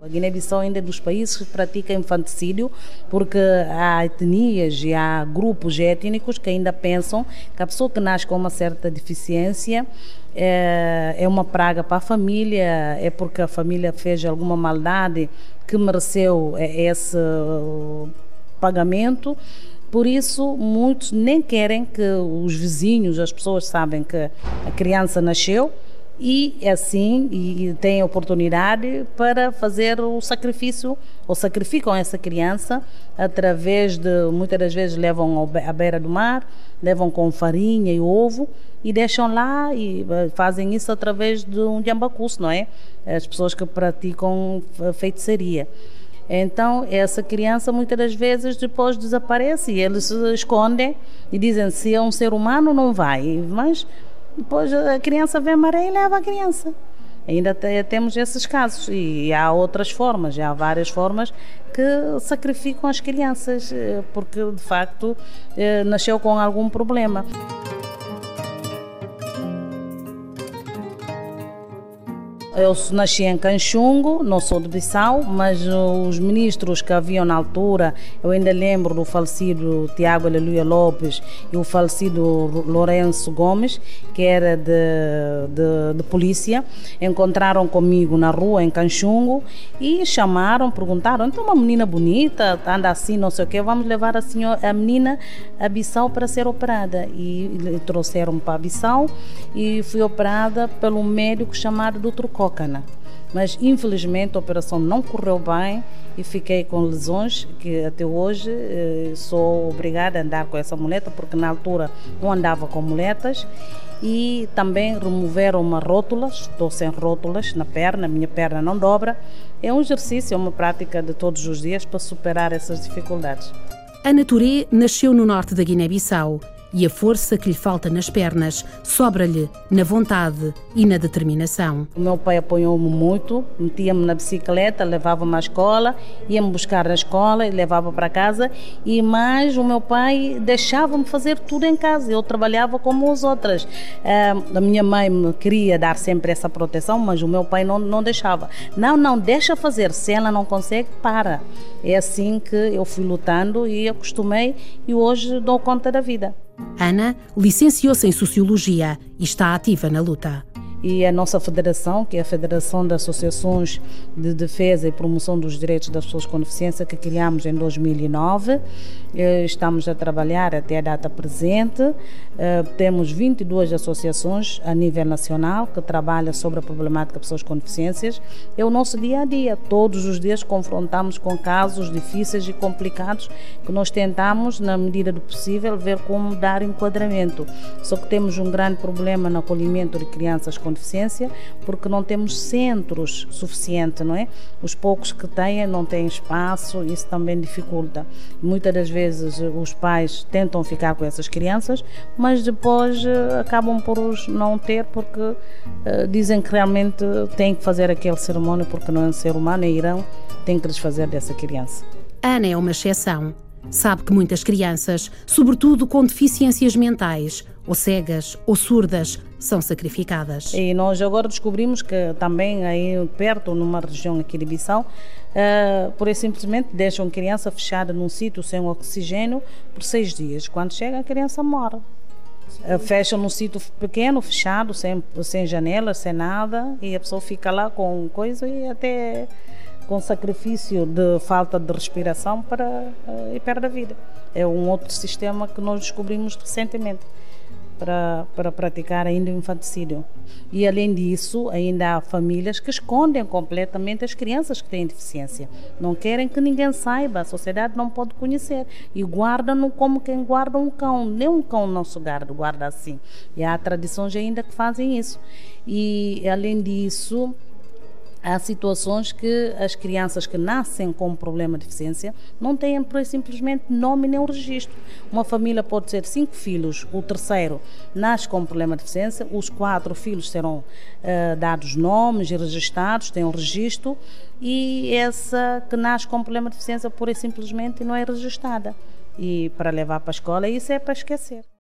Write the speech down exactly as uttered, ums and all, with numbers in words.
A Guiné-Bissau ainda é dos países que pratica infanticídio, porque há etnias e há grupos étnicos que ainda pensam que a pessoa que nasce com uma certa deficiência é, é uma praga para a família, é porque a família fez alguma maldade que mereceu esse pagamento. Por isso, muitos nem querem que os vizinhos, as pessoas sabem que a criança nasceu, e assim e têm oportunidade para fazer o sacrifício, ou sacrificam essa criança através de, muitas das vezes levam à beira do mar, levam com farinha e ovo e deixam lá e fazem isso através de um jambacuço, não é? As pessoas que praticam feitiçaria. Então, essa criança muitas das vezes depois desaparece e eles se escondem e dizem se é um ser humano não vai, mas depois a criança vê a maré e leva a criança. Ainda temos esses casos e há outras formas, há várias formas que sacrificam as crianças porque de facto nasceu com algum problema. Eu nasci em Canchungo, não sou de Bissau, mas os ministros que haviam na altura, eu ainda lembro do falecido Tiago Aleluia Lopes e o falecido Lourenço Gomes, que era de, de, de polícia, encontraram comigo na rua em Canchungo e chamaram, perguntaram, então uma menina bonita, anda assim, não sei o quê, vamos levar a, senhora, a menina a Bissau para ser operada. E trouxeram para Bissau e fui operada pelo médico chamado doutor Cócana. Mas infelizmente a operação não correu bem e fiquei com lesões que até hoje eh, sou obrigada a andar com essa muleta porque na altura não andava com muletas e também removeram uma rótula, estou sem rótulas na perna, minha perna não dobra. É um exercício, é uma prática de todos os dias para superar essas dificuldades. Ana Touré nasceu no norte da Guiné-Bissau e a força que lhe falta nas pernas sobra-lhe na vontade e na determinação. O meu pai apoiou-me muito, metia-me na bicicleta, levava-me à escola, ia-me buscar na escola e levava para casa, e mais o meu pai deixava-me fazer tudo em casa, eu trabalhava como as outras. A minha mãe me queria dar sempre essa proteção, mas o meu pai não, não deixava. Não, não, deixa fazer, se ela não consegue, para. É assim que eu fui lutando e acostumei e hoje dou conta da vida. Ana licenciou-se em Sociologia e está ativa na luta. E a nossa federação, que é a Federação de Associações de Defesa e Promoção dos Direitos das Pessoas com Deficiência, que criamos em dois mil e nove, estamos a trabalhar até a data presente. Temos vinte e duas associações a nível nacional que trabalham sobre a problemática de pessoas com deficiências. É o nosso dia a dia. Todos os dias confrontamos com casos difíceis e complicados que nós tentamos, na medida do possível, ver como dar enquadramento. Só que temos um grande problema no acolhimento de crianças com deficiência, porque não temos centros suficientes, não é? Os poucos que têm não têm espaço, isso também dificulta. Muitas das vezes os pais tentam ficar com essas crianças, mas depois uh, acabam por os não ter, porque uh, dizem que realmente têm que fazer aquele cerimônio, porque não é um ser humano, é Irão, tem que desfazer dessa criança. Ana é uma exceção. Sabe que muitas crianças, sobretudo com deficiências mentais, ou cegas ou surdas, são sacrificadas. E nós agora descobrimos que também aí perto, numa região aqui de Bissau, uh, por aí simplesmente deixam a criança fechada num sítio sem oxigênio por seis dias. Quando chega, a criança morre. Uh, fecham num sítio pequeno, fechado, sem, sem janelas, sem nada, e a pessoa fica lá com coisa e até com sacrifício de falta de respiração para, uh, e perde a vida. É um outro sistema que nós descobrimos recentemente para, para praticar ainda o infanticídio. E além disso, ainda há famílias que escondem completamente as crianças que têm deficiência. Não querem que ninguém saiba, a sociedade não pode conhecer. E guardam-no como quem guarda um cão. Nem um cão não se guarda, guarda assim. E há tradições ainda que fazem isso. E além disso, há situações que as crianças que nascem com um problema de deficiência não têm simplesmente nome nem um registro. Uma família pode ter cinco filhos, o terceiro nasce com um problema de deficiência, os quatro filhos serão uh, dados nomes e registrados, têm um registro, e essa que nasce com um problema de deficiência pura e simplesmente não é registrada. E para levar para a escola, isso é para esquecer.